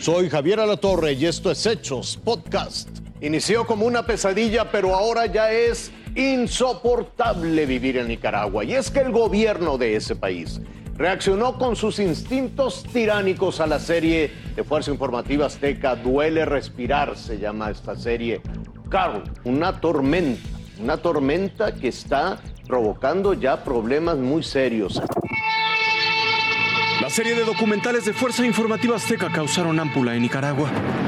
Soy Javier Alatorre y esto es Hechos Podcast. Inició como una pesadilla, pero ahora ya es insoportable vivir en Nicaragua. Y es que el gobierno de ese país reaccionó con sus instintos tiránicos a la serie de Fuerza Informativa Azteca, Duele Respirar, se llama esta serie. Carl, una tormenta que está provocando ya problemas muy serios. La serie de documentales de Fuerza Informativa Azteca causaron ámpula en Nicaragua.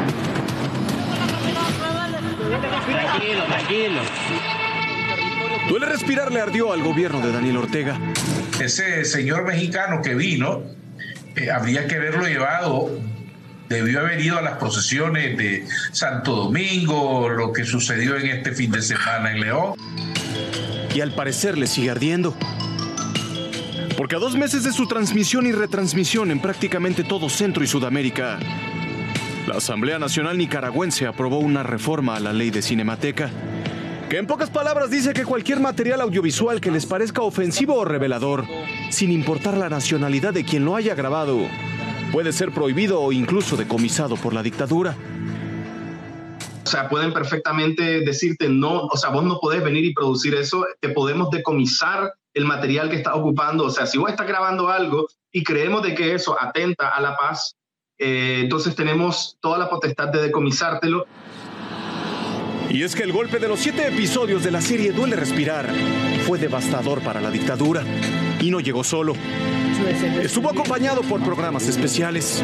Tranquilo. Duele Respirar le ardió al gobierno de Daniel Ortega. Ese señor mexicano que vino, habría que haberlo llevado, debió haber ido a las procesiones de Santo Domingo, lo que sucedió en este fin de semana en León. Y al parecer le sigue ardiendo. Porque a 2 meses de su transmisión y retransmisión en prácticamente todo Centro y Sudamérica, la Asamblea Nacional Nicaragüense aprobó una reforma a la ley de Cinemateca, que en pocas palabras dice que cualquier material audiovisual que les parezca ofensivo o revelador, sin importar la nacionalidad de quien lo haya grabado, puede ser prohibido o incluso decomisado por la dictadura. O sea, pueden perfectamente decirte no, o sea, vos no podés venir y producir eso, te podemos decomisar el material que estás ocupando. O sea, si vos estás grabando algo y creemos de que eso atenta a la paz, entonces tenemos toda la potestad de decomisártelo. Y es que el golpe de los 7 episodios de la serie Duele Respirar fue devastador para la dictadura. Y no llegó solo. Estuvo acompañado por programas especiales,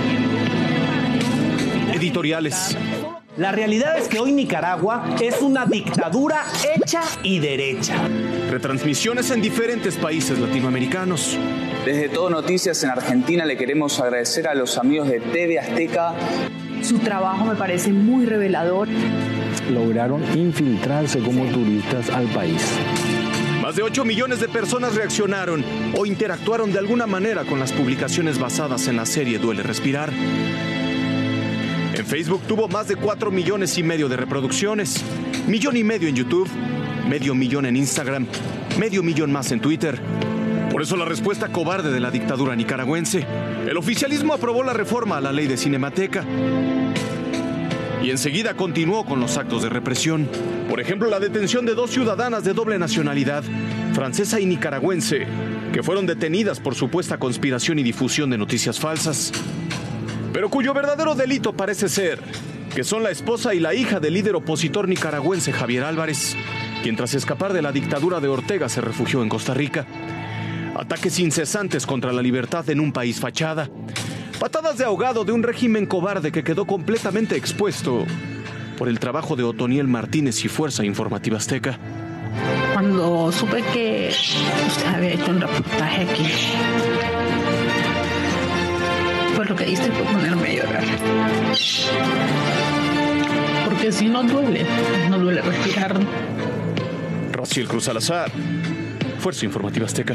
editoriales. La realidad es que hoy Nicaragua es una dictadura hecha y derecha. Retransmisiones en diferentes países latinoamericanos. Desde Todo Noticias en Argentina le queremos agradecer a los amigos de TV Azteca. Su trabajo me parece muy revelador. Lograron infiltrarse como turistas al país. Más de 8 millones de personas reaccionaron o interactuaron de alguna manera con las publicaciones basadas en la serie Duele Respirar. En Facebook tuvo más de 4,5 millones de reproducciones, 1,5 millones en YouTube, 500,000 en Instagram, 500,000 más en Twitter. Por eso la respuesta cobarde de la dictadura nicaragüense. El oficialismo aprobó la reforma a la ley de Cinemateca y enseguida continuó con los actos de represión. Por ejemplo, la detención de 2 ciudadanas de doble nacionalidad, francesa y nicaragüense, que fueron detenidas por supuesta conspiración y difusión de noticias falsas, pero cuyo verdadero delito parece ser que son la esposa y la hija del líder opositor nicaragüense Javier Álvarez, quien tras escapar de la dictadura de Ortega se refugió en Costa Rica. Ataques incesantes contra la libertad en un país fachada. Patadas de ahogado de un régimen cobarde que quedó completamente expuesto por el trabajo de Otoniel Martínez y Fuerza Informativa Azteca. Cuando supe que usted había hecho un reportaje aquí, pues lo que hice fue ponerme a llorar. Porque si no duele respirar. Raciel Cruz Salazar, Fuerza Informativa Azteca.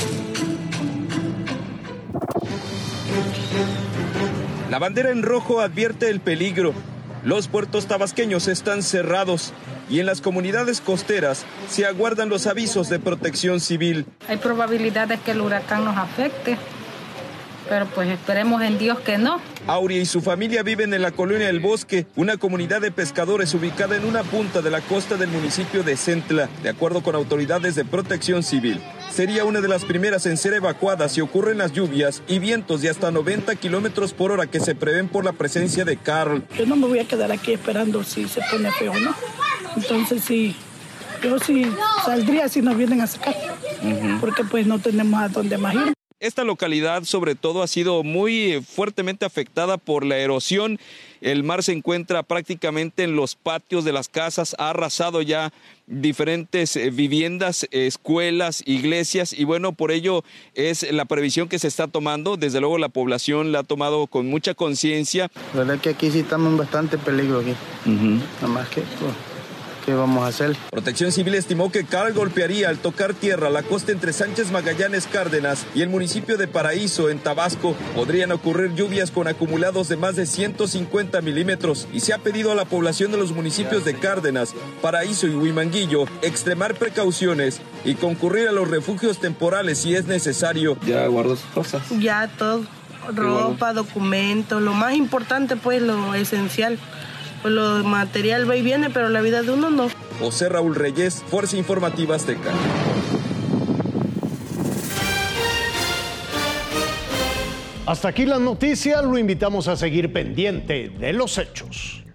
La bandera en rojo advierte el peligro. Los puertos tabasqueños están cerrados y en las comunidades costeras se aguardan los avisos de protección civil. Hay probabilidades que el huracán nos afecte, pero pues esperemos en Dios que no. Aurea y su familia viven en la colonia El Bosque, una comunidad de pescadores ubicada en una punta de la costa del municipio de Centla. De acuerdo con autoridades de protección civil, sería una de las primeras en ser evacuadas si ocurren las lluvias y vientos de hasta 90 kilómetros por hora que se prevén por la presencia de Carl. Yo no me voy a quedar aquí esperando si se pone feo o no. Entonces sí, yo sí saldría si nos vienen a sacar, porque pues no tenemos a dónde más ir. Esta localidad sobre todo ha sido muy fuertemente afectada por la erosión. El mar se encuentra prácticamente en los patios de las casas, ha arrasado ya diferentes viviendas, escuelas, iglesias y bueno, por ello es la previsión que se está tomando. Desde luego la población la ha tomado con mucha conciencia. La verdad que aquí sí estamos en bastante peligro aquí, nada más que... ¿qué vamos a hacer? Protección Civil estimó que Carl golpearía al tocar tierra la costa entre Sánchez Magallanes, Cárdenas y el municipio de Paraíso, en Tabasco. Podrían ocurrir lluvias con acumulados de más de 150 milímetros y se ha pedido a la población de los municipios de Cárdenas, Paraíso y Huimanguillo extremar precauciones y concurrir a los refugios temporales si es necesario. ¿Ya guardó sus cosas? Ya todo. ropa, documentos, lo más importante, pues lo esencial. Pues lo material va y viene, pero la vida de uno no. José Raúl Reyes, Fuerza Informativa Azteca. Hasta aquí las noticias, lo invitamos a seguir pendiente de los hechos.